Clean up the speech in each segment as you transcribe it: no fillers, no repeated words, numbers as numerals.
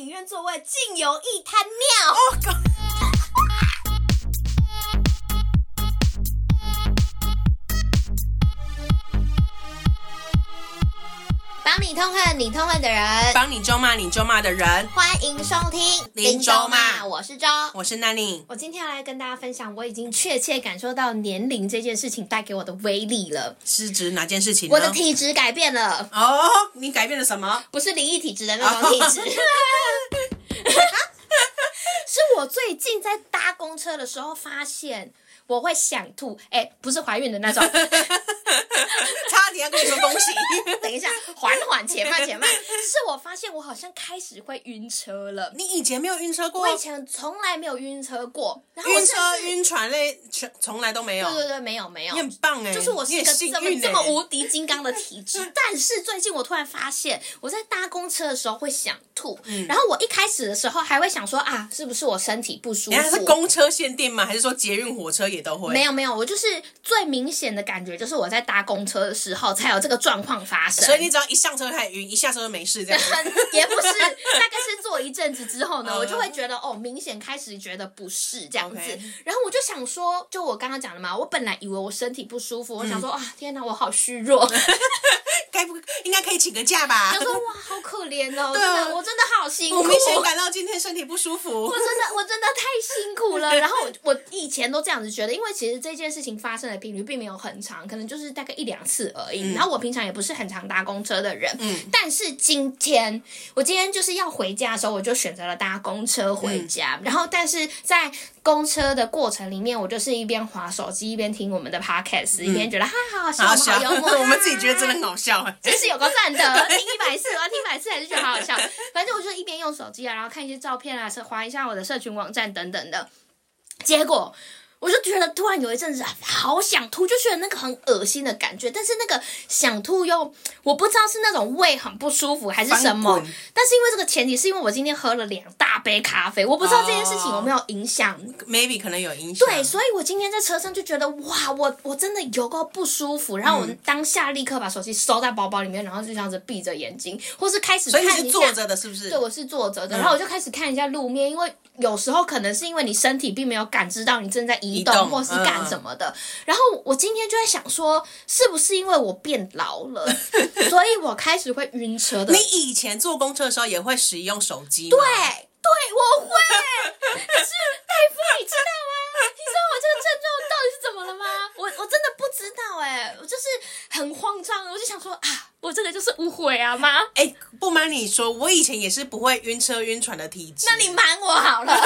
影院座位竟有一滩尿。帮你痛恨你痛恨的人， 帮你咒骂你咒骂的人。 欢迎收听林咒骂， 我是周， 我是 Nanny。 我今天要来跟大家分享，我已经确切感受到年龄这件事情带给我的威力了。 是指哪件事情呢？ 我的体质改变了。 哦，你改变了什么？ 不是灵异体质的那种体质。是我最近在搭公车的时候发现我会想吐，不是怀孕的那种。 差点要跟你说恭喜。 等一下，缓缓，且慢。是我发现我好像开始会晕车了。 你以前没有晕车过？ 我以前从来没有晕车过。然后晕车、晕船类从来都没有。 对，没有。 你很棒哎， 就是我是一个这么无敌金刚的体质。但是最近我突然发现，我在搭公车的时候会想吐。然后我一开始的时候还会想说啊，是不是我身体不舒服？ 是公车限电吗？还是说捷运火车也都会？ 没有，我就是最明显的感觉就是我在搭公车的时候才有这个状况发生。 所以你只要一上车开始晕，一下车就没事这样。 也不是，大概是坐一阵子之后呢，我就会觉得明显开始觉得不适这样子。然后我就想说，就我刚刚讲的嘛，我本来以为我身体不舒服，我想说啊，天哪，我好虚弱。 应该可以请个假吧？ 就说哇，好可怜哦， 对啊， 我真的好辛苦。 我明显感到今天身体不舒服。 我真的太辛苦了。然后我以前都这样子觉得，因为其实这件事情发生的频率并没有很长，可能就是大概1-2次而已。然后我平常也不是很常搭公车的人，但是我今天就是要回家的时候，我就选择了搭公车回家。然后但是在公车的过程里面，我就是一边滑手机一边听我们的 podcast，一边觉得哈好好笑，好幽默， 我们自己觉得真的很好笑， 真是有够赞的。听100次，我要听100次还是觉得好好笑。反正我就一边用手机啊，然后看一些照片啊，滑一下我的社群网站等等的。结果我就觉得突然有一阵子好想吐，就觉得那个很恶心的感觉，但是那个想吐又我不知道是那种胃很不舒服还是什么，但是因为这个前提是因为我今天喝了2大杯咖啡，我不知道这件事情有没有影响 ，maybe 可能有影响。 对，所以我今天在车上就觉得哇，我真的有够不舒服，然后我当下立刻把手机收在包包里面，然后就这样子闭着眼睛，或是开始看一下。 所以你是坐着的，是不是？ 对，我是坐着的，然后我就开始看一下路面，因为有时候可能是因为你身体并没有感知到你正在移动或是干什么的。然后我今天就在想说，是不是因为我变老了，所以我开始会晕车的。 你以前坐公车的时候也会使用手机吗？ 对，我会。可是大夫，你知道吗？你知道我这个症状到底是怎么了吗？我真的不知道我就是很慌张，我就想说啊，我这个就是误会啊妈。 不瞒你说，我以前也是不会晕车晕船的体质。 那你瞒我好了。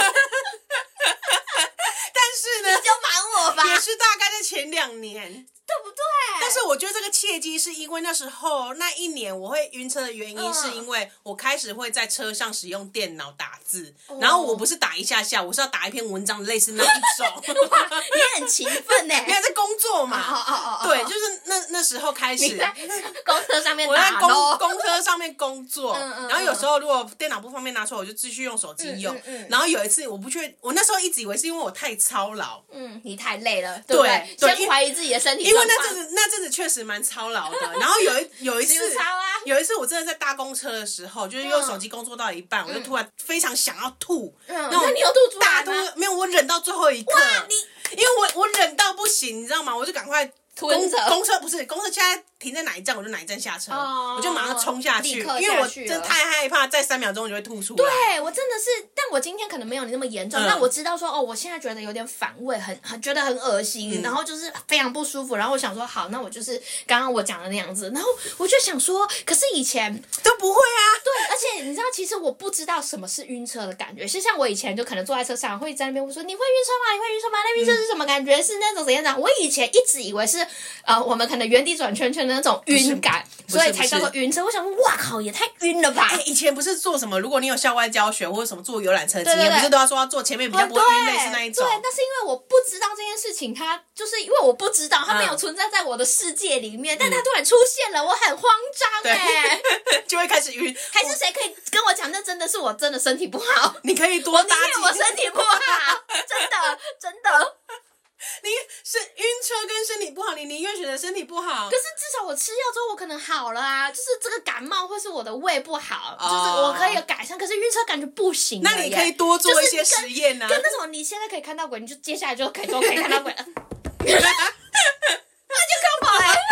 但是呢， 你就瞒我吧。 也是大概在前2年。 对不对？ 但是我觉得这个契机是因为那时候那1年我会晕车的原因，是因为我开始会在车上使用电脑打字，然后我不是打一下下，我是要打一篇文章，类似那一种。 哇，你很勤奋耶！ 你还在工作嘛？对，就是那时候开始。 你在公车上面我在打公车上面工作，然后有时候如果电脑不方便拿出来，我就继续用手机用。然后有一次我那时候一直以为是因为我太操劳， 你太累了，对不对？先怀疑自己的身体。 因为那阵子确实蛮操劳的。然后有一次我真的在搭公车的时候，就是用手机工作到一半，我就突然非常想要吐。 那你有吐出来吗？ 没有，我忍到最后一刻。因为我忍到不行，你知道吗？我就赶快吞着。 公车现在停在哪一站，我就哪一站下车，我就马上冲下去，因为我真的太害怕，再3秒钟我就会吐出来。 对，我真的是，但我今天可能没有你那么严重，但我知道说我现在觉得有点反胃，觉得很恶心，然后就是非常不舒服，然后我想说好，那我就是刚刚我讲的那样子，然后我就想说，可是以前都不会啊。 对，而且你知道，其实我不知道什么是晕车的感觉，是像我以前就可能坐在车上会在那边说你会晕车吗？你会晕车吗？那晕车是什么感觉？是那种怎样？我以前一直以为是我们可能原地转圈圈的那种晕感，所以才叫做晕车。我想说，哇靠，也太晕了吧！ 以前不是做什么，如果你有校外教学或者什么坐游览车经验，不是都要说要坐前面比较不会晕，类似那一种。 对，但是因为我不知道这件事情，它就是因为我不知道，它没有存在在我的世界里面，但它突然出现了，我很慌张就会开始晕。 还是谁可以跟我讲，那真的是我真的身体不好？ 你可以多搭几。 我身体不好，真的。 你是晕车跟身体不好，你宁愿选择身体不好。 可是至少我吃药之后我可能好了啊，就是这个感冒或是我的胃不好，就是我可以有改善。可是晕车感觉不行。 那你可以多做一些实验啊， 跟那种你现在可以看到鬼，你就接下来就可以看到鬼了。那就靠跑嘞。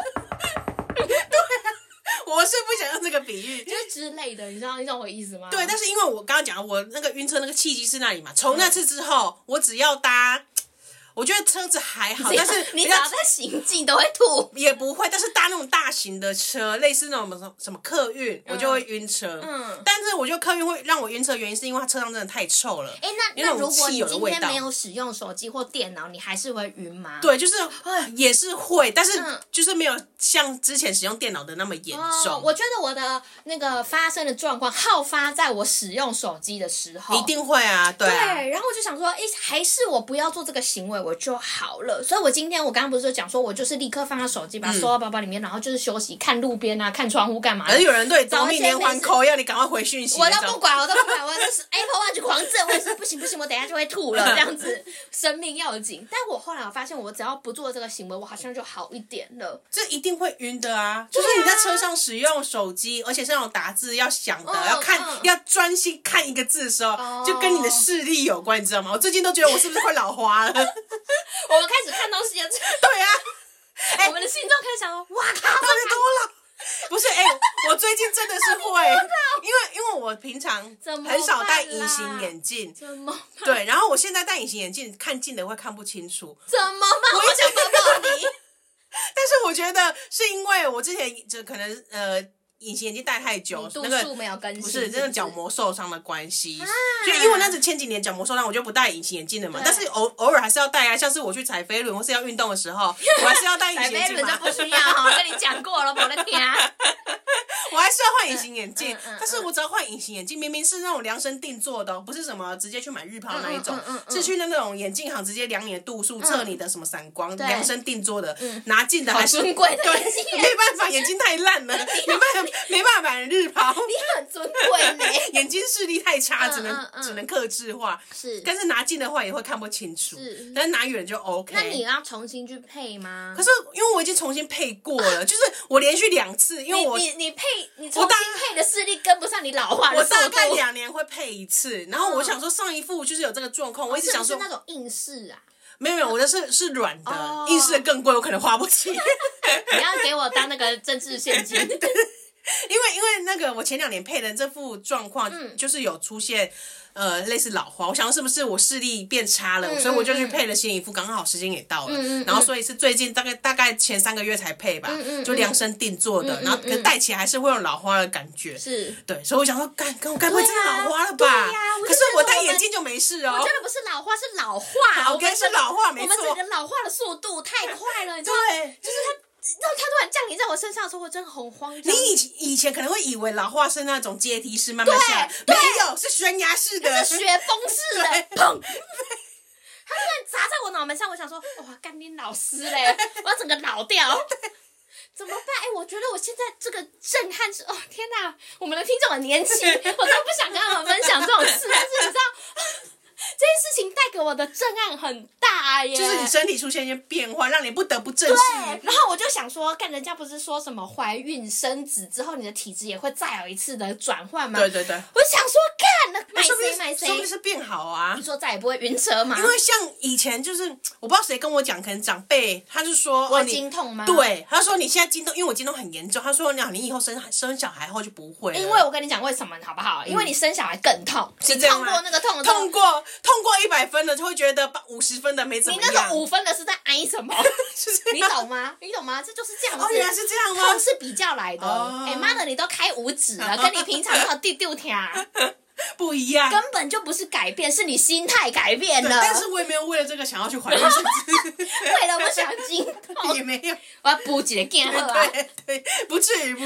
我是不想用这个比喻， 就是之类的，你懂我意思吗？ 对，但是因为我刚刚讲我那个晕车那个契机是那里嘛，从那次之后，我只要搭。我觉得车子还好，但是你只要在行进都会吐， 也不会。但是搭那种大型的车，类似那种什么客运，我就会晕车。但是我觉得客运会让我晕车的原因是因为它车上真的太臭了。 那如果你今天没有使用手机或电脑，你还是会晕吗？ 对，就是也是会，但是就是没有像之前使用电脑的那么严重。 我觉得我的那个发生的状况好发在我使用手机的时候， 一定会啊，对啊。 对，然后我就想说，还是我不要做这个行为。我就好了，所以我今天我刚刚不是讲说，我就是立刻放下手机，把它收到包包里面，然后就是休息，看路边啊，看窗户干嘛的。 可是有人对夺命连环扣，要你赶快回讯息。 我都不管，我就是 Apple Watch 狂震，我也是不行，我等一下就会吐了，这样子，生命要紧。但我后来我发现，我只要不做这个行为，我好像就好一点了。 这一定会晕的啊！就是你在车上使用手机，而且是那种打字要想的，要看，要专心看一个字的时候，就跟你的视力有关，你知道吗？我最近都觉得我是不是快老花了？ 我们开始看东西了。 对啊， 我们的心脏开始想说，哇靠， 差不多了。不是，我最近真的是会，因为我平常很少戴隐形眼镜， 怎么办？ 对，然后我现在戴隐形眼镜，看近的会看不清楚， 怎么办？我想抱抱你。 但是我觉得是因为我之前就可能隐形眼镜戴太久， 度数没有更新， 不是真的角膜受伤的关系。就因为我那次前几年角膜受伤，我就不戴隐形眼镜了嘛。但是偶尔还是要戴啊，像是我去踩飞轮或是要运动的时候，我还是要戴隐形眼镜嘛。 踩飞轮就不需要哈，跟你讲过了，我的天啊！ 我还是要换隐形眼镜，但是我只要换隐形眼镜，明明是那种量身定做的，不是什么直接去买日抛那一种，是去那种眼镜行直接量你的度数，测你的什么散光，量身定做的，拿近的还是尊贵的对，没办法，眼睛太烂了，没办法买日抛。 你很尊贵呢， 眼睛视力太差，只能客制化。 是， 但是拿近的话也会看不清楚，但是拿远就 OK。 那你要重新去配吗？ 可是因为我已经重新配过了，就是我连续2次，因为你重新配的视力跟不上你老化的速度。 我大概2年会配1次，然后我想说上一副就是有这个状况，我一直想说是那种硬式啊。 没有，我的是软的，硬式的更贵，我可能花不起。 你要给我当那个政治现金。 因为那个我前2年配的这副状况，就是有出现类似老花，我想是不是我视力变差了，所以我就去配了新一副，刚好时间也到了，然后所以是最近大概前3个月才配吧，就量身定做的，然后可戴起来还是会有老花的感觉， 是对， 所以我想说，该不会真的老花了吧？可是我戴眼镜就没事哦。 我觉得不是老花，是老化。 OK， 是老化，没错。 我们整个老化的速度太快了，你知道吗？ 对， 就是他突然降临在我身上的时候，我真的很慌张。 你以前可能会以为老化是那种阶梯式慢慢下来，没有，是悬崖式的， 是雪崩式的，砰！他突然砸在我脑门上，我想说，哇，干你老师嘞，我要整个老掉。怎么办？我觉得我现在这个震撼是，天哪！我们的听众很年轻，我真的不想跟他们分享这种事，但是你知道。这件事情带给我的震撼很大耶， 就是你身体出现一些变化，让你不得不正视。 对，然后我就想说，人家不是说什么怀孕生子之后，你的体质也会再有一次的转换吗？ 对。我想说，买谁？ 说不定是变好啊。 你说再也不会晕车吗？ 因为像以前就是我不知道谁跟我讲，可能长辈他就说我经痛吗？ 对，他说你现在经痛，因为我经痛很严重，他说你以后生小孩后就不会了。 因为我跟你讲为什么好不好？因为你生小孩更痛， 是这样吗？ 痛过那个痛的痛过100分的就会觉得50分的没怎么样。 你那个5分的是在哀什么？你懂吗？这就是这样子。 原来是这样吗？ 痛是比较来的。妈的，你都开5指了，跟你平常那第6天不一样， 根本就不是改变，是你心态改变了。 但是我也没有为了这个想要去怀孕生子， 为了我想经痛也没有。 我要补几个健好啊？ 对，不至于。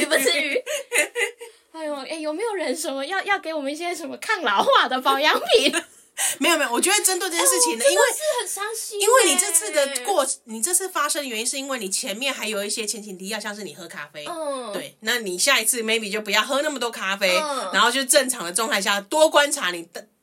哎呦，有没有人什么要给我们一些什么抗老化的保养品？ 没有，我觉得针对这件事情呢，因为是很伤心， 因为你这次发生的原因是因为你前面还有一些前情提要，像是你喝咖啡，对，那你下一次 maybe 就不要喝那么多咖啡，然后就正常的状态下多观察你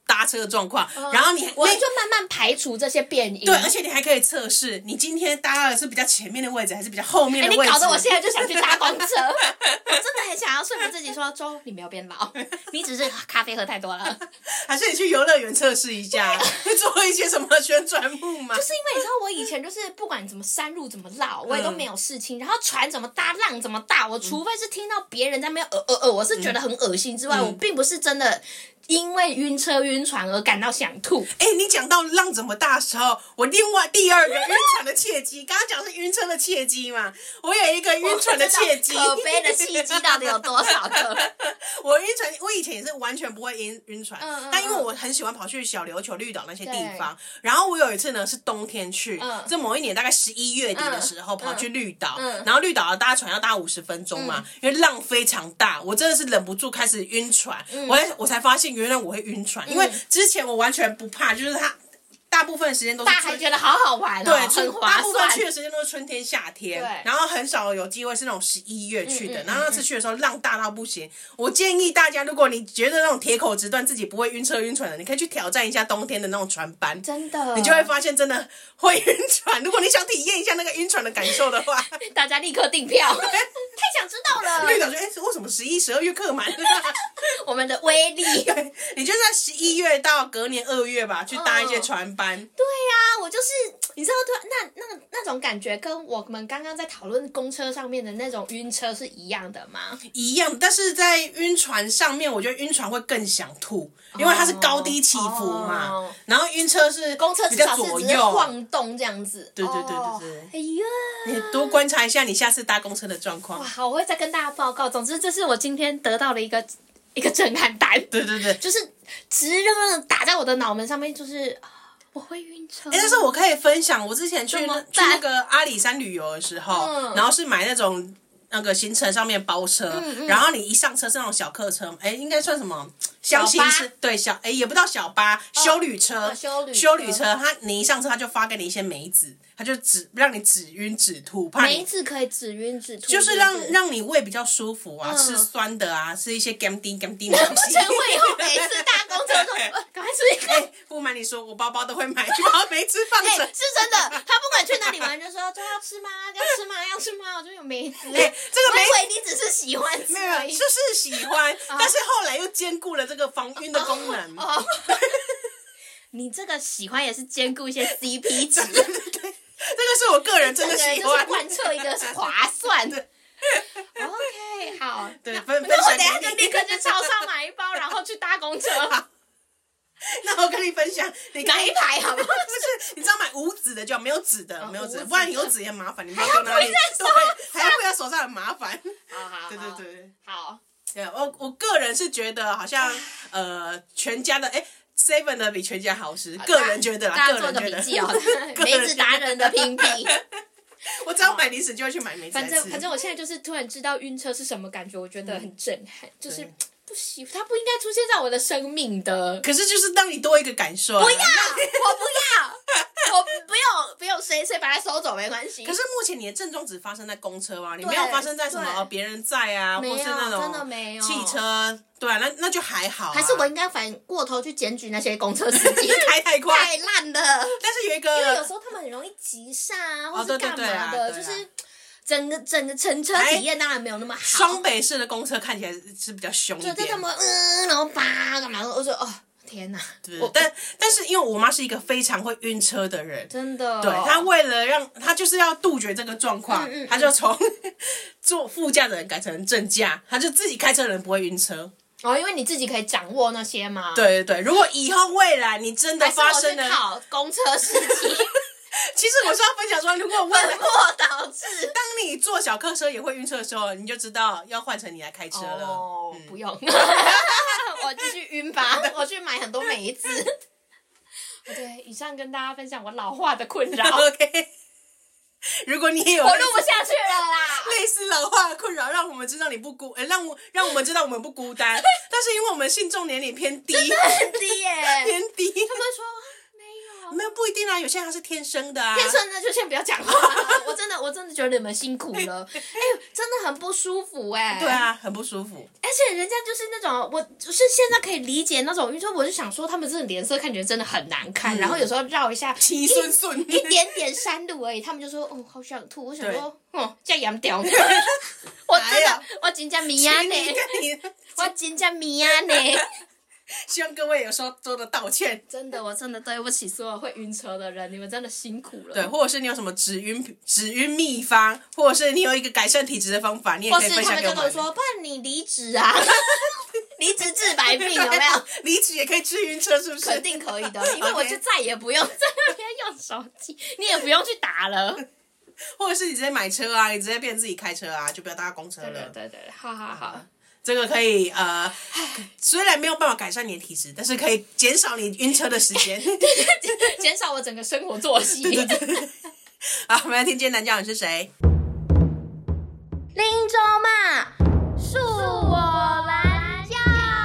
搭车的状况，然后我就慢慢排除这些变因。 对，而且你还可以测试你今天搭的是比较前面的位置还是比较后面的位置。 你搞得我现在就想去搭公车，我真的很想要说服自己说，周你没有变老，你只是咖啡喝太多了。 还是你去游乐园测试一下，去做一些什么旋转木马？ 就是因为你知道我以前就是不管怎么山路怎么绕，我也都没有事情，然后船怎么搭浪怎么搭，我除非是听到别人在那边我是觉得很恶心之外，我并不是真的因为晕车晕船而感到想吐。 你讲到浪怎么大的时候，我另外第二个晕船的契机，刚刚讲是晕车的契机嘛，我有一个晕船的契机， 可悲的契机到底有多少个？ 我晕船，我以前也是完全不会晕船，但因为我很喜欢跑去小琉球、绿岛那些地方，然后我有一次呢是冬天去，这某一年大概11月底的时候跑去绿岛，然后绿岛搭船要搭50分钟嘛，因为浪非常大，我真的是忍不住开始晕船，我才发现原来我会晕船，因为之前我完全不怕，就是它大部分时间都是大家还觉得好好玩对， 很划算。 大部分去的时间都是春天、夏天，然后很少有机会是那种11月去的。然后那次去的时候浪大到不行，我建议大家，如果你觉得那种铁口直断自己不会晕车晕船的，你可以去挑战一下冬天的那种船班， 真的， 你就会发现真的会晕船。如果你想体验一下那个晕船的感受的话， 大家立刻订票，太想知道了。 绿岛说，为什么11、12月客满？ 我们的威力， 对，你就在11月到隔年2月吧，去搭一些船班。 对呀，我就是你知道，那种感觉跟我们刚刚在讨论公车上面的那种晕车是一样的吗？ 一样，但是在晕船上面，我觉得晕船会更想吐，因为它是高低起伏嘛。然后晕车是公车比较左右晃动这样子。 对。 哎呀， 你多观察一下你下次搭公车的状况。 哇，好，我会再跟大家报告。总之，这是我今天得到的一个震撼弹。 对， 就是直愣愣的打在我的脑门上面，就是我会晕车。 但是我可以分享，我之前去那个阿里山旅游的时候，然后是买那种那个行程上面包车，然后你一上车是那种小客车，应该算什么厢型车？对，也不到小巴，休旅车，休旅车，你一上车他就发给你一些梅子，他就让你止晕止吐， 梅子可以止晕止吐， 就是让你胃比较舒服啊，吃酸的啊，吃一些甘丁的东西。 陈慧以后每次搭公车都赶快吃一个。 不瞒你说，我包包都会买，去把梅子放着。 是真的，他不管去哪里玩就说要吃吗？要吃吗？我就有梅子。 这个梅子你只是喜欢吃， 没有，就是喜欢，但是后来又兼顾了这个防晕的功能。 你这个喜欢也是兼顾一些 CP 值。 对，这个是我个人真的喜欢， 贯彻一个划算的。OK， 好， 对， 那我等一下就立刻去超商买一包，然后去搭公车。 那我跟你分享，你哪一排好不好？ 不是，你知道买无纸的就好，没有纸的，没有纸，不然有纸也很麻烦，你还要丢哪里？ 对， 还要背在手上很麻烦。 好， 对， 好。 对，我个人是觉得好像全家的7 的比全家好吃，个人觉得啦， 大家做个笔记哦，梅子达人的评比。 我只要买零食就会去买梅子来吃。 反正我现在就是突然知道晕车是什么感觉，我觉得很震撼，就是它不应该出现在我的生命的。 可是就是让你多一个感受。 不要，我不要，我不用谁把它收走没关系。 可是目前你的症状只发生在公车啊，你没有发生在什么别人载啊，或是那种真的没有汽车。对啊，那就还好。 还是我应该反过头去检举那些公车司机开太快、 太烂了。 但是有一个， 因为有时候他们很容易急刹啊，或是干嘛的，就是整个乘车体验当然没有那么好。 双北市的公车看起来是比较凶一点， 就他们然后叭干嘛？我说天哪！ 但是因为我妈是一个非常会晕车的人， 真的。 对，她为了让她就是要杜绝这个状况，她就从坐副驾的人改成正驾，她就自己开车的人不会晕车。 因为你自己可以掌握那些嘛。 对，如果以后未来你真的发生了， 还是我去考公车司机。 其实我是要分享说，如果未来本末倒置， 当你坐小客车也会晕车的时候，你就知道要换成你来开车了。 不用，我继续晕吧，我去买很多梅子。对，以上跟大家分享我老化的困扰。 OK。如果你也有我录不下去了啦， 类似老化的困扰，让我们知道你不孤，让我们知道我们不孤单。但是因为我们信众年龄偏低， 真的很低耶， 偏低。 他们说没有， 没有不一定啊，有些人他是天生的啊。 天生的就先不要讲话了，我真的觉得你们辛苦了，真的很不舒服对啊，很不舒服。 而且人家就是那种，我就是现在可以理解那种，因为我就想说他们这种脸色看起来真的很难看，然后有时候绕一下七顺顺一点点山路而已，他们就说好想吐，我想说这样严重，我真的我真的迷啊呢，我真的迷啊呢。 希望各位有说多的道歉， 真的，我真的对不起所有会晕车的人，你们真的辛苦了。 对，或者是你有什么止晕秘方，或者是你有一个改善体质的方法，你也可以分享给我们。或是他们就跟我说，不然你离职啊，离职治百病有没有？ 离职也可以治晕车，是不是？ 肯定可以的，因为我就再也不用在那边用手机，你也不用去打了。 或者是你直接买车啊，你直接变成自己开车啊，就不要搭公车了。 对，好。 这个可以虽然没有办法改善你的体质，但是可以减少你晕车的时间， 对，减少我整个生活作息。 对。好，我们来听今天蓝教人是谁？ 林州嘛，恕我蓝教，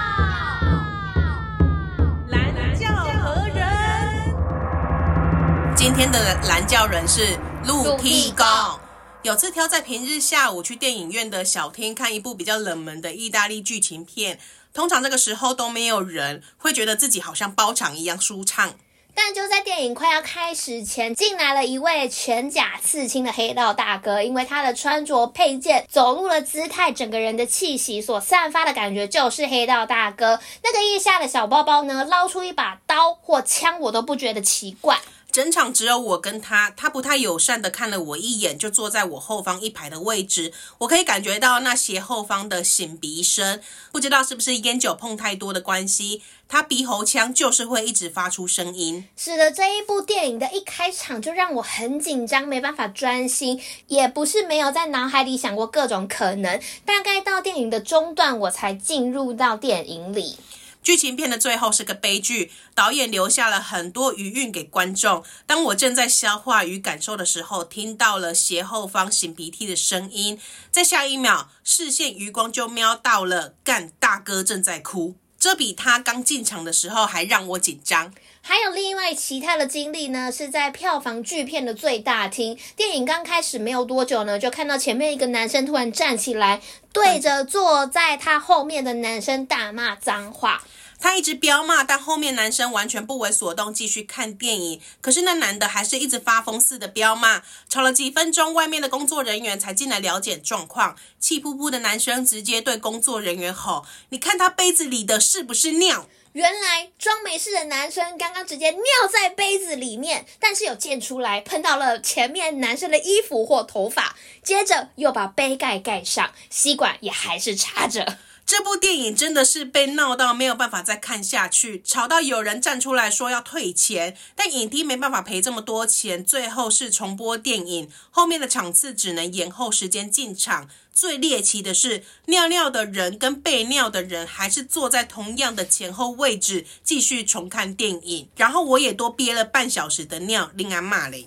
蓝教何人？今天的蓝教人是陆地公。有次挑在平日下午去电影院的小厅看一部比较冷门的意大利剧情片，通常这个时候都没有人，会觉得自己好像包场一样舒畅。 但就在电影快要开始前，进来了一位全甲刺青的黑道大哥，因为他的穿着配件、走路的姿态、整个人的气息所散发的感觉就是黑道大哥。那个腋下的小包包呢，捞出一把刀或枪，我都不觉得奇怪。 整场只有我跟他不太友善的看了我一眼，就坐在我后方一排的位置。我可以感觉到那斜后方的擤鼻声，不知道是不是烟酒碰太多的关系，他鼻喉腔就是会一直发出声音。 是的，这一部电影的一开场就让我很紧张，没办法专心，也不是没有在脑海里想过各种可能，大概到电影的中段我才进入到电影里。 剧情片的最后是个悲剧，导演留下了很多余韵给观众。当我正在消化与感受的时候，听到了斜后方擤鼻涕的声音，在下一秒，视线余光就瞄到了干大哥正在哭，这比他刚进场的时候还让我紧张。 还有另外其他的经历呢，是在票房巨片的最大厅，电影刚开始没有多久呢，就看到前面一个男生突然站起来，对着坐在他后面的男生大骂脏话。 他一直飙骂，但后面男生完全不为所动，继续看电影。可是那男的还是一直发疯似的飙骂，吵了几分钟，外面的工作人员才进来了解状况。气扑扑的男生直接对工作人员吼：“你看他杯子里的是不是尿？” 原来装没事的男生刚刚直接尿在杯子里面，但是有溅出来，喷到了前面男生的衣服或头发，接着又把杯盖盖上，吸管也还是插着。 这部电影真的是被闹到没有办法再看下去，吵到有人站出来说要退钱，但影帝没办法赔这么多钱，最后是重播电影，后面的场次只能延后时间进场。最猎奇的是，尿尿的人跟被尿的人还是坐在同样的前后位置，继续重看电影，然后我也多憋了半小时的尿，令人骂嘞。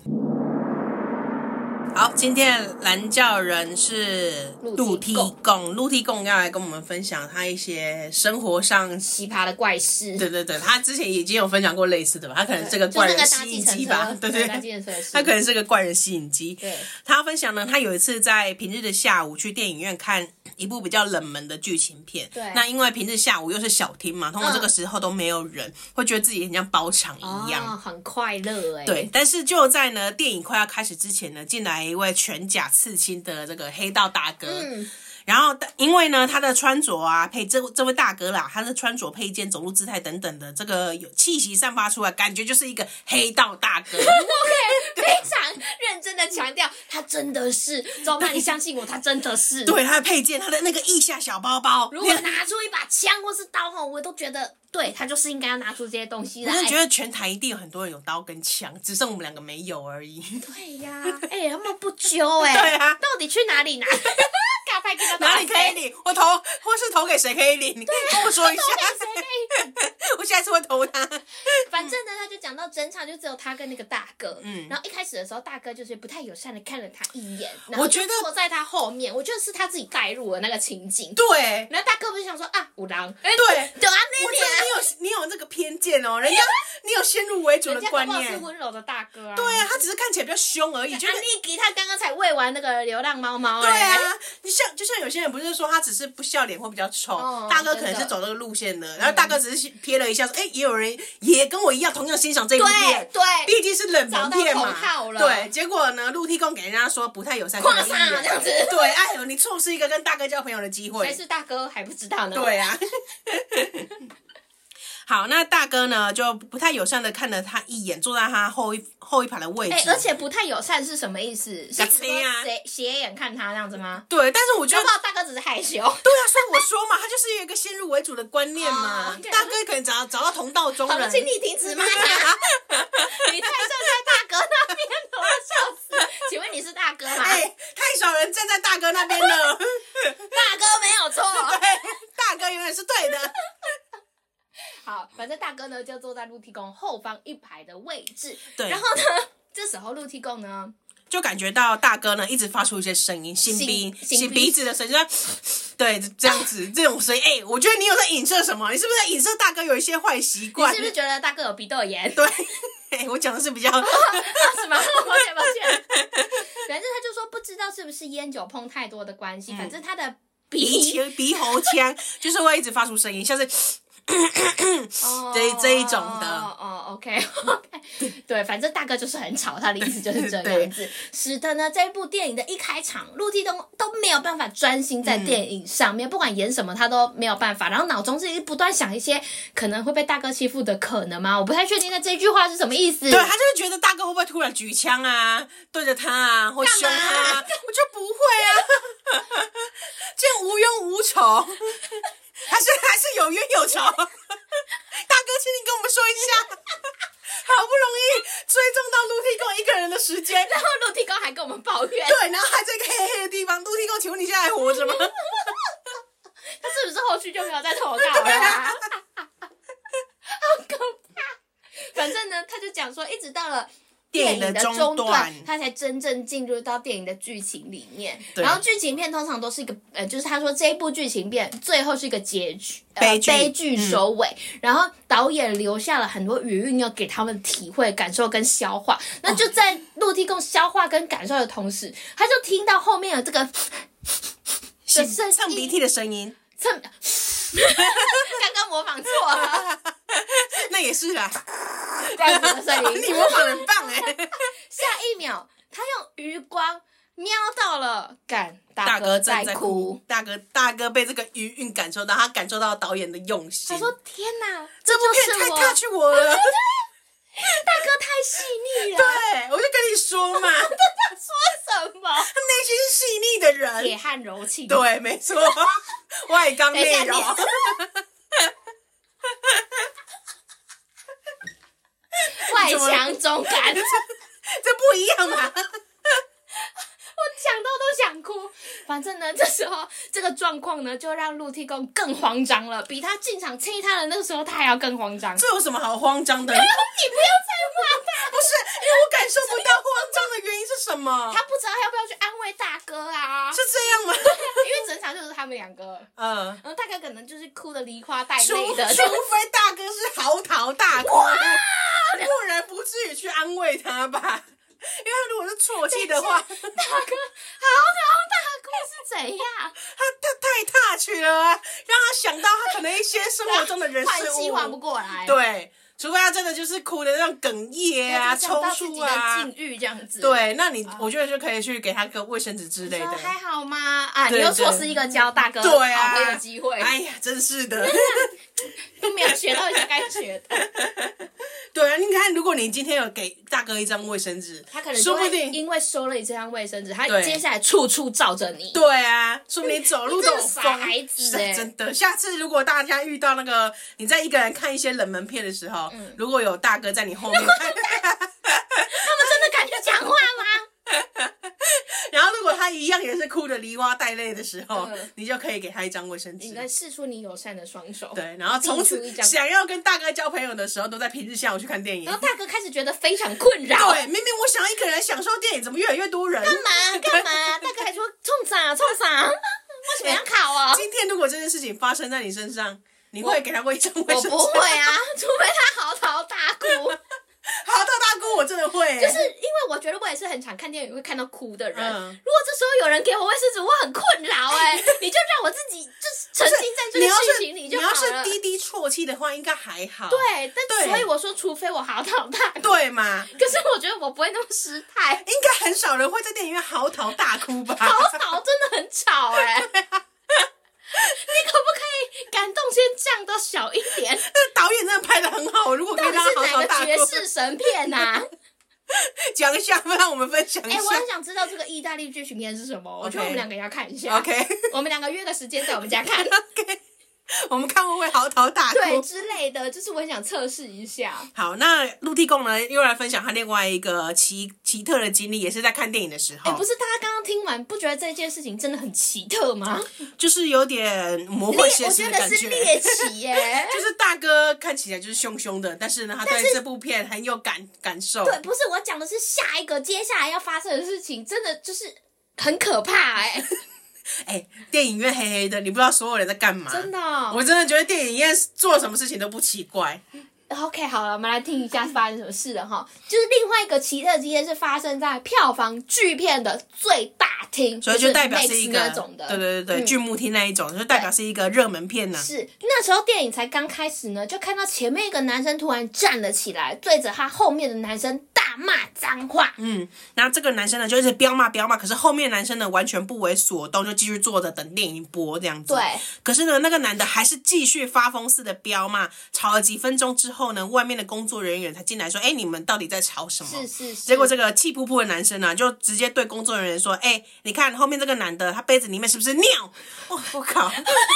好，今天的蓝教人是陆地公，陆地公要来跟我们分享他一些生活上奇葩的怪事。 对，他之前已经有分享过类似的吧，他可能是个怪人吸引机吧，对，他可能是个怪人吸引机。 对， 他要分享呢，他有一次在平日的下午去电影院看一部比较冷门的剧情片。 对， 那因为平日下午又是小厅嘛，通常这个时候都没有人，会觉得自己很像包场一样， 很快乐对，但是就在呢电影快要开始之前呢，进来一位全甲刺青的这个黑道大哥。然后因为呢他的穿着啊，这位大哥啦，他的穿着配件、走路姿态等等的，这个有气息散发出来，感觉就是一个黑道大哥。 OK， 非常认真的强调，他真的是，周曼，你相信我，他真的是。 对，他的配件，他的那个腋下小包包， 如果拿出一把枪或是刀吼，我都觉得对，他就是应该要拿出这些东西来。 我就觉得全台一定有很多人有刀跟枪，只剩我们两个没有而已。 对呀，他们不揪对啊， 到底去哪里拿？ 哪里可以领？我投，或是投给谁可以领？你可以跟我说一下。我下次会投他。 反正呢，他就讲到整场就只有他跟那个大哥。然后一开始的时候，大哥就是不太友善的看了他一眼，然后就坐在他后面。我觉得是他自己带入了那个情景。 对。 然后大哥不是想说啊，有人。 对。 对啊， 我觉得你有这个偏见哦，人家你有先入为主的观人家搞不好念。 是温柔的大哥啊。 对啊，他只是看起来比较凶而已，就是安利给他刚刚才喂完那个流浪猫猫。 对啊，就像有些人不是说他只是不笑脸会比较丑，大哥可能是走这个路线的，然后大哥只是瞥了一下说，也有人也跟我一样同样欣赏这部片， 对， 毕竟是冷门片嘛， 对， 结果呢，陆地公给人家说不太友善， 跨上这样子， 对，哎呦，你错失一个跟大哥交朋友的机会， 谁是大哥还不知道呢， 对啊。好，那大哥呢就不太友善的看了他一眼，坐在他后一排的位置。 而且不太友善是什么意思？是啊， 斜眼看他这样子吗？ 对，但是我觉得大哥只是害羞。对啊，所以我说嘛，他就是有一个先入为主的观念嘛。大哥可能找到同道中人。 好，请你停止骂他。你太站在大哥那边了，我笑死。请问你是大哥吗？ 太少人站在大哥那边了。 大哥没有错， 对，大哥永远是对的。 好，反正大哥呢就坐在陆地公后方一排的位置。 对， 然后呢，这时候陆地公呢就感觉到大哥呢一直发出一些声音，擤鼻子的声音，对，这样子这种声音。我觉得你有在影射什么？你是不是在影射大哥有一些坏习惯？ 你是不是觉得大哥有鼻窦炎？ 对，我讲的是比较是吗？抱歉。反正他就说不知道是不是烟酒碰太多的关系，反正他的鼻喉腔就是会一直发出声音，像是。这一种的 OK 对，反正大哥就是很吵，他的意思就是这样子，使得呢这部电影的一开场，陆地公都没有办法专心在电影上面，不管演什么他都没有办法，然后脑中自己不断想一些可能会被大哥欺负的可能吗？我不太确定那这句话是什么意思。 对，他就是觉得大哥会不会突然举枪啊，对着他啊，或凶他啊？我就不会啊，这样无冤无仇。还是有冤有仇，大哥，请你跟我们说一下，好不容易追踪到陆地公一个人的时间， 然后陆地公还跟我们抱怨， 对，然后还在一个黑黑的地方，陆地公，请问你现在还活着吗？ 他是不是后续就没有再投稿了好可怕。反正呢，他就讲说，一直到了电影的中段，他才真正进入到电影的剧情里面。然后剧情片通常都是一个就是他说这一部剧情片最后是一个结局，悲剧收尾。然后导演留下了很多余韵要给他们体会、感受跟消化。那就在陆地公消化跟感受的同时，他就听到后面有这个蹭鼻涕的声音。 刚刚模仿错了。 那也是啦， 这样子的声音， 你模仿得很棒下一秒，他用余光瞄到了，大哥在哭， 大哥被这个余韵感受到，他感受到导演的用心。 他说：“天哪， 这部片太 touch 我了， 大哥太细腻了。” 对，我就跟你说嘛， 他说什么？ 他内心是细腻的人， 铁汉柔情。 对，没错，外刚内柔。 外强中干， 这不一样嘛！ 我想到都想哭。反正呢，这时候这个状况呢，就让陆地公更慌张了，比他进场亲他的那个时候，他还要更慌张。 这有什么好慌张的？ 你不要再骂他！ 不是，因为我感受不到慌张的原因是什么？ 他不知道要不要去安慰大哥啊？ 是这样吗？ 因为整场就是他们两个， 然后大哥可能就是哭得梨花带泪的， 除非大哥是嚎啕大哭，不然不至于去安慰他吧。因为他如果是啜泣的话，大哥嚎啕大哭是怎样？ 他太 touch 了啊，让他想到他可能一些生活中的人事物， 换不过来。 对，除非他真的就是哭的那种哽咽啊、抽搐啊、 境遇这样子。 对，那我觉得就可以去给他个卫生纸之类的。 还好吗？你又错失一个教大哥对啊， 好朋友机会。 哎呀，真是的， 都没有学到一些该学的。 对啊，你看，如果你今天有给大哥一张卫生纸， 他可能说不定因为收了你这张卫生纸，他接下来处处罩着你。 对啊，说不定走路都有傻孩子真的。下次如果大家遇到那个你在一个人看一些冷门片的时候，如果有大哥在你后面，他们真的敢去讲话吗？ 然后如果他一样也是哭得梨花带泪的时候，你就可以给他一张卫生纸， 应该释出你友善的双手。 对，然后从此想要跟大哥交朋友的时候，都在平日下午去看电影。 然后大哥开始觉得非常困扰。 对，明明我想要一个人享受电影，怎么越来越多人？ 干嘛？大哥还说冲啥？为什么要考啊？ 今天如果这件事情发生在你身上，你会给他过一张卫生纸？ 我不会啊，除非他嚎啕大哭， 很常看电影会看到哭的人， 嗯如果这时候有人给我卫生纸，我很困扰你就让我自己就是沉浸在这个剧情里就好了。 你要是低低啜泣的话，应该还好。 对，但所以我说，除非我嚎啕大哭。 对嘛？ 可是我觉得我不会那么失态， 应该很少人会在电影院嚎啕大哭吧？ 嚎啕真的很吵你可不可以感动先降到小一点？ 那导演真的拍得很好，如果可以让他嚎啕大哭。 到底是哪个绝世神片啊？ 讲一下，让我们分享一下。 我很想知道这个意大利剧情片是什么，我觉得我们两个也要看一下。 OK， 我们两个约个时间在我们家看。 OK， 我们看会不会嚎啕大哭？ 对之类的，就是我很想测试一下。 好，那陆地公呢，又来分享他另外一个奇特的经历，也是在看电影的时候。 不是，大家刚刚听完，不觉得这件事情真的很奇特吗？ 就是有点魔幻现实的感觉。 我觉得是猎奇耶。 就是大哥看起来就是凶凶的，但是呢，他对这部片很有感受。 对，不是我讲的是下一个接下来要发生的事情，真的就是很可怕电影院黑黑的，你不知道所有人在干嘛。 真的我真的觉得电影院做什么事情都不奇怪。 OK， 好了，我们来听一下发生什么事了哈。就是另外一个奇特的经验是发生在票房巨片的最大厅， 所以就代表是一个那种的， 对，巨幕厅那一种，就代表是一个热门片呢。 是那时候电影才刚开始呢，就看到前面一个男生突然站了起来，对着他后面的男生大骂脏话。 然后这个男生呢就一直飙骂，可是后面男生呢完全不为所动，就继续坐着等电影播这样子。 对。 可是呢，那个男的还是继续发疯似的飙骂，吵了几分钟之后呢，外面的工作人员才进来说：“你们到底在吵什么？” 是。 结果这个气扑扑的男生呢，就直接对工作人员说：“你看后面这个男的，他杯子里面是不是尿？”我靠！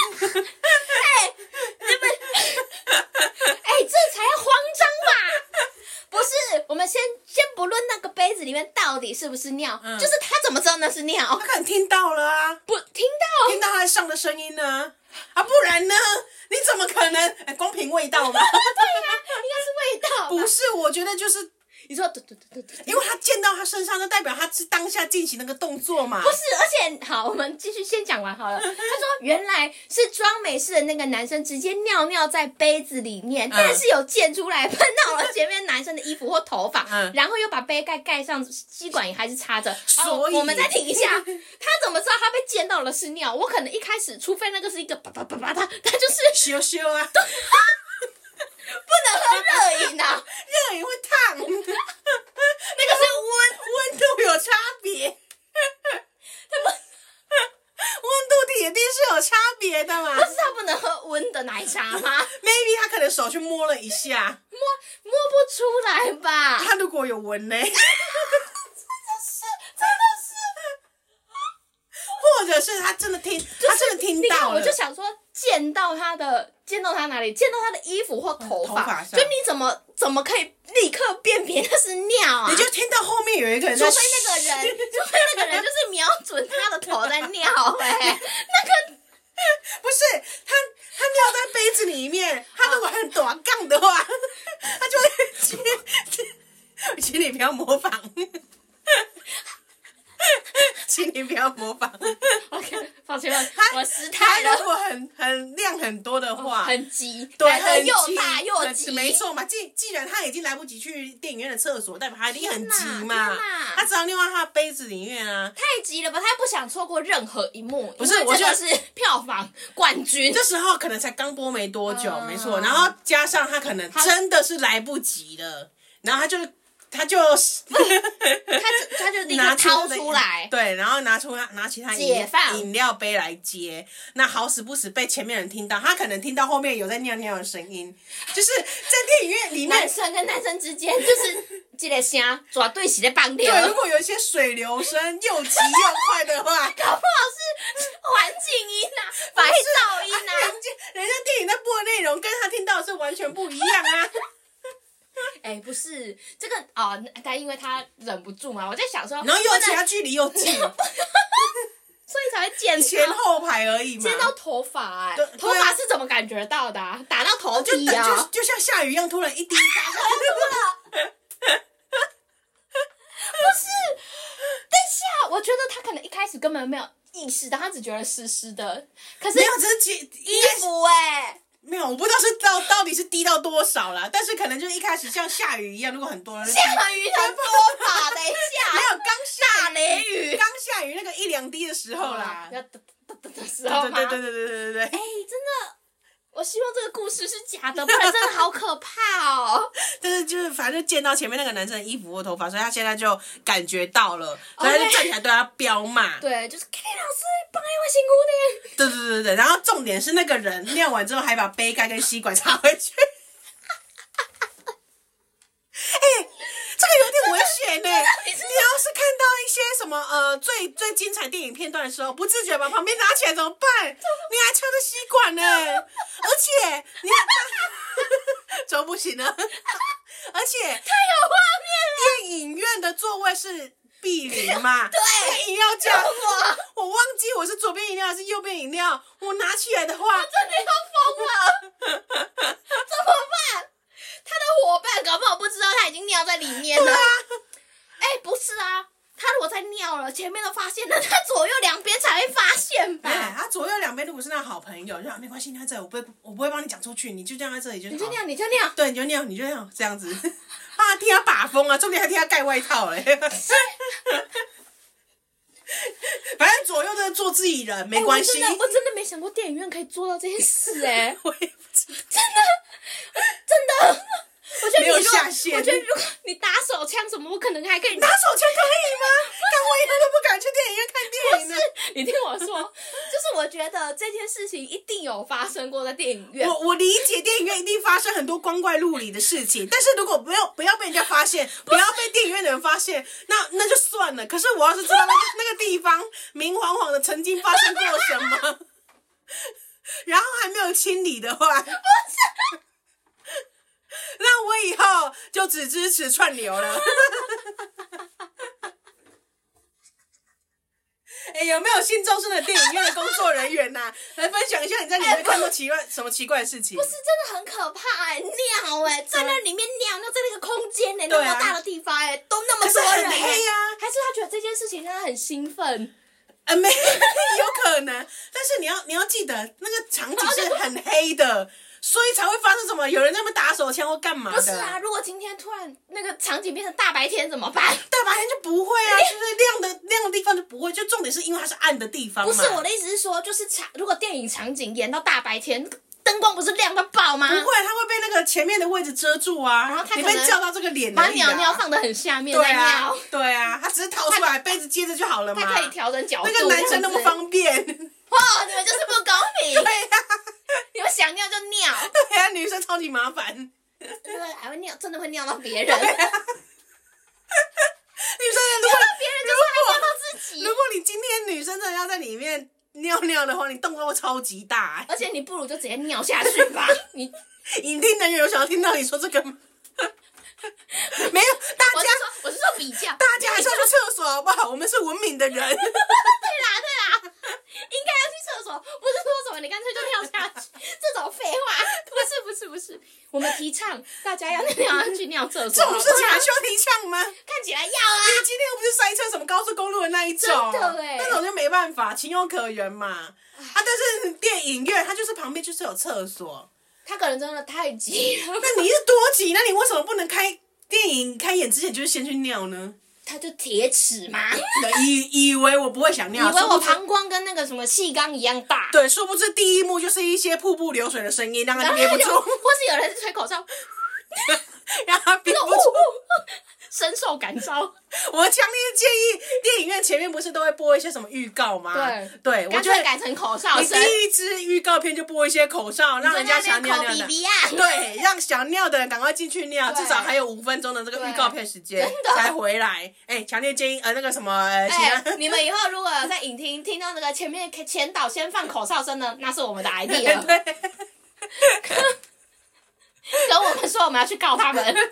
这才要慌张吧？不是，我们先不论那个杯子里面到底是不是尿，就是他怎么知道那是尿？ 他可能听到了啊， 不听到他在上的声音呢？不然呢？你怎么可能？光凭味道吗？ 对呀，应该是味道。 不是，我觉得就是你说对， 因为他溅到他身上，就代表他是当下进行那个动作嘛。 不是，而且好，我们继续先讲完好了。他说原来是装没事的那个男生直接尿在杯子里面，但是有溅出来喷到了前面男生的衣服或头发，然后又把杯盖盖上，吸管也还是插着。 所以我们再听一下，他怎么知道他被溅到的是尿？我可能一开始，除非那个是一个叭叭叭叭，他就是羞羞啊。 不能喝热饮啊， 热饮会烫，那个是温度有差别，温度铁定是有差别的嘛。 不是他不能喝温的奶茶吗 ？Maybe 他可能手去摸了一下， 摸不出来吧？ 他如果有闻呢？真的是，或者是他真的听到了。 我就想说，溅到他哪里？溅到他的衣服或头发就你怎么可以立刻辨别那是尿啊？ 你就听到后面有一个人在， 除非那个人就是瞄准他的头在尿那个不是他尿在杯子里面，他如果很短杠的话，他就会请你不要模仿。请你不要模仿。 OK， 抱歉，我失态了。 他如果很量很多的话， 很急， 对， 很又大又急， 没错嘛。既然他已经来不及去电影院的厕所，代表他一定很急嘛。他只要尿到他的杯子里面啊， 太急了吧？他不想错过任何一幕。 不是，我觉得是票房冠军。 这时候可能才刚播没多久，没错。然后加上他可能真的是来不及了，然后他就立刻掏出来， 对，然后拿起他饮料杯来接，那好死不死被前面人听到，他可能听到后面有在尿尿的声音，就是在电影院里面， 男生跟男生之间就是这个声绝对是在放掉。 对，如果有一些水流声又急又快的话， 搞不好是环境音啊，白噪音啊， 人家电影在播的内容跟他听到的是完全不一样啊。 不是这个但因为他忍不住嘛，我在想说， 然后又其他距离又近，所以才会溅前后排而已嘛， 溅到头发头发是怎么感觉到的打到头皮啊， 就像下雨一样，突然一滴打下去。不是，等一下，我觉得他可能一开始根本没有意识到，他只觉得湿湿的，可是没有，这是衣服没有，我不知道是到底是低到多少啦，但是可能就一开始像下雨一样，如果很多人下雨很多吧？等一下， 没有刚下大雷雨， 刚下雨那个1-2滴的时候啦， 要的时候吗？ 对。 哎，真的。我希望这个故事是假的，不然真的好可怕哦。 但是就是反正就见到前面那个男生的衣服或头发，所以他现在就感觉到了，所以他就站起来对他飙骂。 对，就是 K 老师帮我辛苦点。对，然后重点是那个人尿完之后还把杯盖跟吸管插回去。这个有点危险呢。你要是看到一些什么最精彩电影片段的时候，不自觉把旁边拿起来怎么办？你还插着吸管呢，而且你怎么不行呢？而且太有画面了。 电影院的座位是毗邻嘛？ 对， 饮料架我忘记我是左边饮料还是右边饮料，我拿起来的话， 我真的要疯了，怎么办？他的伙伴搞不好不知道他已经尿在里面了。 对啊， 不是啊，他如果在尿了，前面都发现了，他左右两边才会发现吧？ 他左右两边如果是那好朋友，就没关系，你在这里，我不会帮你讲出去，你就这样在这里就好。 你就尿， 对，你就尿，这样子。怕替他把风啊，重点还替他盖外套嘞。反正左右都是做自己人，没关系。 我真的没想过电影院可以做到这件事我也不知道， 真的。我觉得没有下限。 我觉得如果你打手枪什么，我可能还可以。 打手枪可以吗？但我以后都不敢去电影院看电影了。 不是，你听我说，就是我觉得这件事情一定有发生过在电影院。 我理解电影院一定发生很多光怪陆离的事情，但是如果不要被人家发现，不要被电影院的人发现，那就算了。可是我要是知道那个地方明晃晃的曾经发生过什么，然后还没有清理的话，不是。那我以后就只支持串流了。有没有新中生的电影院的工作人员呐、来分享一下你在里面看到什么奇怪的事情？ 不是，真的很可怕尿在那里面尿在那个空间那么大的地方都那么多人很黑啊， 还是他觉得这件事情让他很兴奋？ 没有可能，但是你要记得那个场景是很黑的。所以才会发生什么有人在那边打手枪或干嘛的。 不是啊，如果今天突然那个场景变成大白天怎么办？ 大白天就不会啊，就是亮的地方就不会，就重点是因为它是暗的地方嘛。 不是，我的意思是说，就是如果电影场景演到大白天，灯光不是亮到爆吗？ 不会，它会被那个前面的位置遮住啊， 然后它你被照到这个脸、 把鸟尿放得很下面再尿。 对啊，他只是掏出来杯子接着就好了嘛。 他可以调整角度。 那个男生那么方便。 你们就是不公平。 对啊， 你们想尿就尿。 对啊，女生超级麻烦。 对，还会尿，真的会尿到别人。 女生尿到别人就是会尿到自己。 如果你今天女生真的要在里面尿尿的话，你动作会超级大。 而且你不如就直接尿下去吧。你影厅人员有想要听到你说这个吗？没有，大家我是说比较， 大家还是要去厕所好不好？我们是文明的人。对啦，应该要去厕所，不是说什么你干脆就尿下去这种废话。不是，我们提倡大家要去尿厕所。 这种事情还需要提倡吗？ 看起来要啊。 你今天又不是塞车什么高速公路的那一种， 真的那种就没办法，情有可原嘛。但是电影院它就是旁边就是有厕所。 他可能真的太急了。 那你是多急？那你为什么不能电影开演之前就是先去尿呢？ 他就铁齿嘛。 以为我不会想尿， 以为我膀胱跟那个什么气缸一样大。 对，殊不知第一幕就是一些瀑布流水的声音，让他憋不住，或是有人吹口哨， 让他憋不住。 深受感召。 我强烈建议电影院前面不是都会播一些什么预告吗？对，我觉得改成口哨声。 你第一支预告片就播一些口哨，让人家想尿尿的。对，让想尿的人赶快进去尿，至少还有5分钟的这个预告片时间才回来。强烈建议那个什么你们以后如果有在影厅听到那个前面前导先放口哨声呢，那是我们的 idea。对。跟我们说我们要去告他们。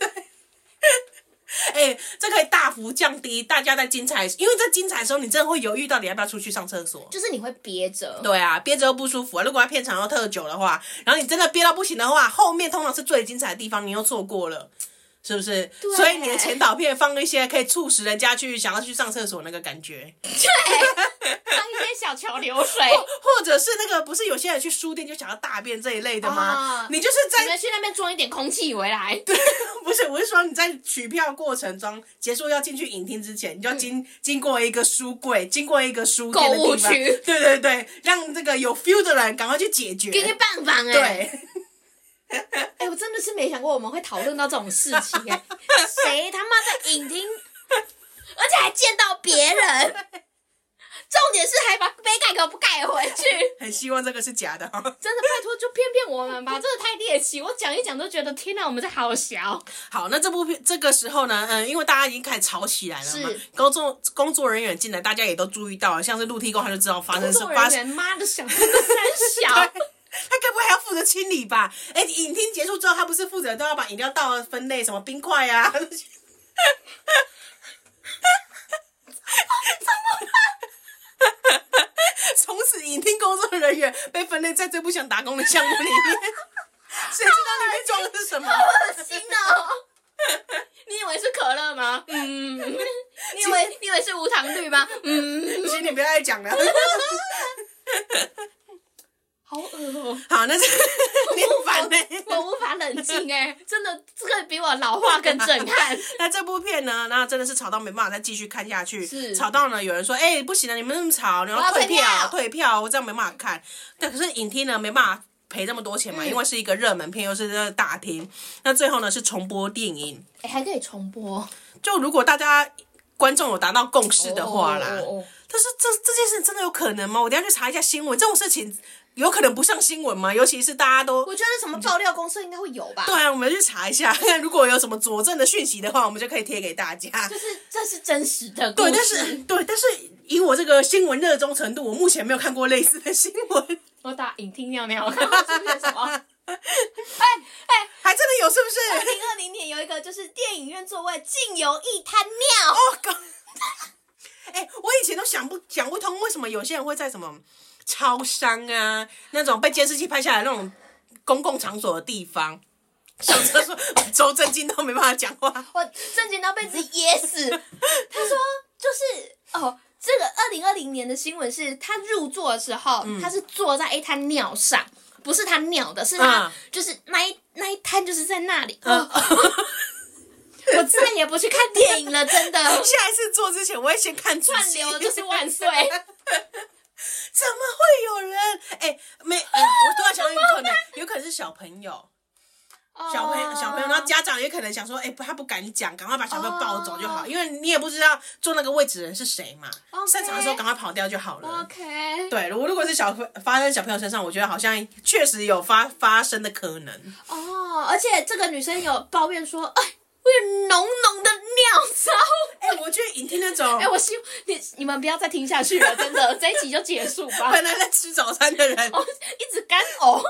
这可以大幅降低大家在精彩，因为在精彩的时候，你真的会犹豫到底要不要出去上厕所， 就是你会憋着。 对啊，憋着又不舒服啊。如果片长又特久的话，然后你真的憋到不行的话，后面通常是最精彩的地方，你又错过了。 是不是？ 对， 所以你的前导片放一些可以促使人家想要去上厕所那个感觉， 对，放一些小桥流水， 或者是那个不是有些人去书店就想要大便这一类的吗？你就是你们去那边装一点空气回来。 对，不是，我是说你在取票过程中结束要进去影厅之前，你就要经过一个书柜，经过一个书店的地方，购物区，对对对，让这个有 feel 的人赶快去解决， 给你棒棒对。 我真的是没想过我们会讨论到这种事情谁他妈在影厅，而且还见到别人，重点是还把杯盖给我盖回去。 很希望这个是假的真的拜托就骗骗我们吧，这个太猎奇，我讲一讲都觉得天哪，我们在好小。 好，那这个时候呢，因为大家已经开始吵起来了嘛，工作人员进来，大家也都注意到了，像是陆地公他就知道发生什么。工作人员妈的想真的三小。 他该不会还要负责清理吧？影厅结束之后，他不是负责都要把饮料倒了分类，什么冰块啊？怎么办？从此影厅工作人员被分类在最不想打工的项目里面，谁知道里面装的是什么？ 好恶心哦！你以为是可乐吗？你以为是无糖绿吗？ 请你不要再讲了。 好恶哦！ 好，那你很烦我无法冷静真的，这个比我老话更震撼。 那这部片呢，那真的是吵到没办法再继续看下去， 是吵到呢有人说，不行了，你们那么吵，你要退票，我这样没办法看。但可是影厅呢没办法赔这么多钱嘛，因为是一个热门片，又是大厅。那最后呢是重播电影， 还可以重播。 就如果大家观众有达到共识的话啦，但是这件事真的有可能吗？我等一下去查一下新闻，这种事情有可能不上新闻吗？尤其是大家都， 我觉得什么爆料公司应该会有吧。 对啊，我们去查一下，看如果有什么佐证的讯息的话，我们就可以贴给大家。 这是真实的故事。 但是以我这个新闻热衷程度，我目前没有看过类似的新闻。 我打影厅尿尿，看到出现什么？ 还真的有，是不是 ？2020年有一个就是电影院座位竟有一滩尿。 我以前都想不通，为什么有些人会在什么超商啊那种被监视器拍下来那种公共场所的地方上厕所，周震惊都没办法讲话， 我震惊到被自己噎死。他说就是这个2020年的新闻是他入座的时候，他是坐在一滩尿上，不是他尿的，是他就是那一滩就是在那里。我再也不去看电影了，真的。 下一次做之前，我会先看串流就是万岁。 怎么会有人？我突然想到有可能是小朋友，小朋友，然后家长也可能想说，他不敢讲，赶快把小朋友抱走就好，因为你也不知道坐那个位置的人是谁嘛。散场的时候赶快跑掉就好了。 OK。 对，如果是发生在小朋友身上，我觉得好像确实有发生的可能。 而且这个女生有抱怨说，会有浓浓的尿骚。 我觉得影厅那种， 我希望你们不要再听下去了，真的，这一集就结束吧。 本来在吃早餐的人， 一直干呕。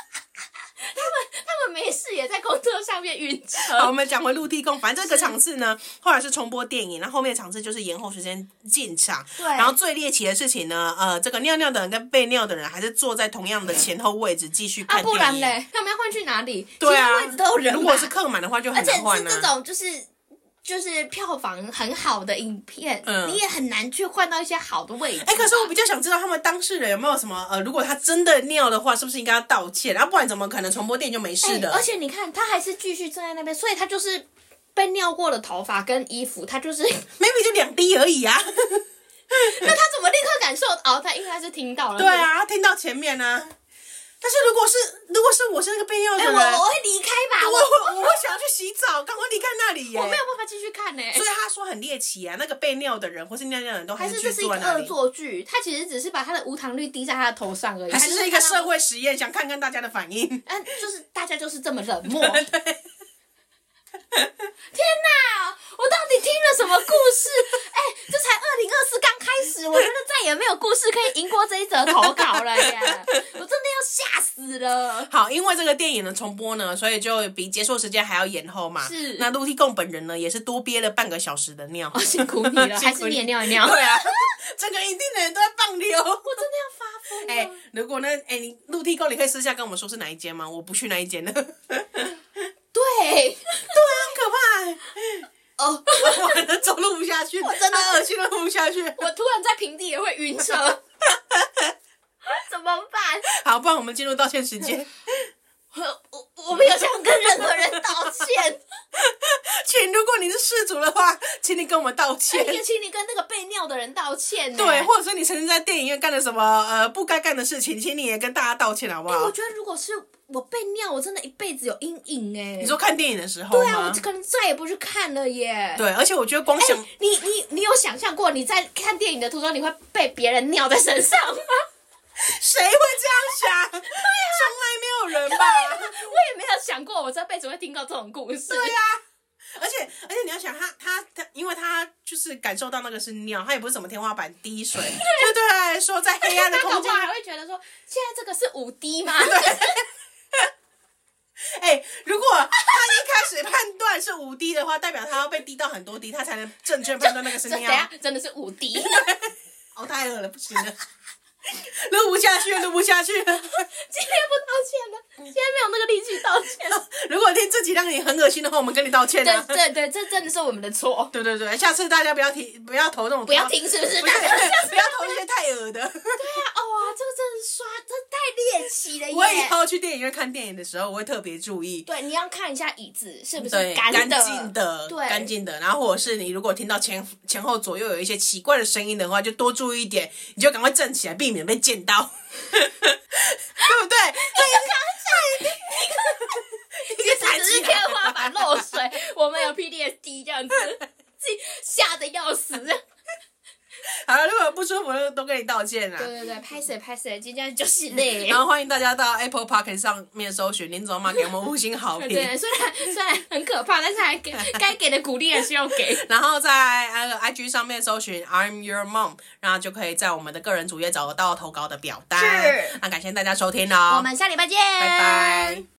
他们没事也在工作上面晕车。 好，我们讲回陆地公，反正这个场次呢，后来是重播电影，然后后面的场次就是延后时间进场。 对。 然后最猎奇的事情呢，这个尿尿的人跟被尿的人还是坐在同样的前后位置继续看电影。 不然嘞，他们要换去哪里？ 对啊， 位置都有人。 如果是客满的话，就很难换而且是这种就是票房很好的影片，你也很难去换到一些好的位置。 可是我比较想知道他们当事人有没有什么如果他真的尿的话，是不是应该要道歉？不然怎么可能重播电影就没事的？ 而且你看，他还是继续站在那边，所以他就是被尿过的头发跟衣服，他就是 maybe 就2滴而已啊。 那他怎么立刻感受？他应该是听到了。 对啊，听到前面啊。但是如果是我是那个被尿的人， 我会离开吧。 我会想要去洗澡，赶快离开那里耶。 我没有办法继续看呢。 所以他说很猎奇啊，那个被尿的人或是尿尿的人都还是这是一个恶作剧，他其实只是把他的无糖绿滴在他的头上而已。 还是一个社会实验，想看看大家的反应。 就是大家就是这么冷漠。 对。 天哪！我到底听了什么故事？这才2024刚开始，我觉得再也没有故事可以赢过这一则投稿了耶！我真的要吓死了。 好，因为这个电影的重播呢，所以就比结束时间还要延后嘛。 是。 那陆地公本人呢，也是多憋了半个小时的尿。 辛苦你了，还是你也尿一尿？ 对啊，整个影厅的人都在放流。我真的要发疯了。 如果呢，你陆地公，你可以私下跟我们说是哪一间吗？我不去那一间了。 对啊， 很可怕。 哦， 完了，走录不下去， 我真的太恶心了，录不下去。 我突然在平地也会晕车，怎么办？ 好，不然我们进入道歉时间。 我没有想跟任何人道歉， 请，如果你是事主的话，请你跟我们道歉。 也请你跟那个被尿的人道歉。 对，或者说你曾经在电影院干了什么不该干的事情，请你也跟大家道歉，好不好？ 我觉得如果是我被尿，我真的一辈子有阴影哎。 你说看电影的时候吗？ 对啊，我可能再也不去看了耶。 对，而且我觉得光想， 你有想象过你在看电影的途中你会被别人尿在身上吗？ 谁会这样想？对啊，从来没有人吧？ 我也没有想过我这辈子会听到这种故事。 对啊，而且你要想他，因为他就是感受到那个是尿，他也不是什么天花板滴水，就对他来说，在黑暗的空间还会觉得说，现在这个是5D 吗？ 如果他一开始判断是5D 的话，代表他要被滴到很多滴，他才能正确判断那个是尿。 等下真的是5D， 哦，太恶了，不行了。录不下去了。今天不道歉了，今天没有那个力气道歉。 如果听这集让你很恶心的话，我们跟你道歉啊。 对，这真的是我们的错。 对，下次大家不要投那种， 不要听，是不是？ 不要投一些太恶的。对啊， 哇，这个真的这太猎奇了耶！ 我以后去电影院看电影的时候，我会特别注意。 对，你要看一下椅子是不是干净的， 对，干净的。然后或者是你如果听到前后左右有一些奇怪的声音的话，就多注意一点，你就赶快站起来，避免被溅到，对不对？ 你只是天花板漏水，我们有 PTSD 这样子，自己吓得要死。 好了，如果有不舒服的都跟你道歉啦。 对，拍谁，今天就是累。 然后欢迎大家到 Apple Podcast 上面搜寻林总妈，给我们5星好评。 对，虽然很可怕，但是还该给的鼓励还是要给。 然后在IG 上面搜寻 I'm Your Mom， 然后就可以在我们的个人主页找得到投稿的表单。 是， 那感谢大家收听哦， 我们下礼拜见， 拜拜。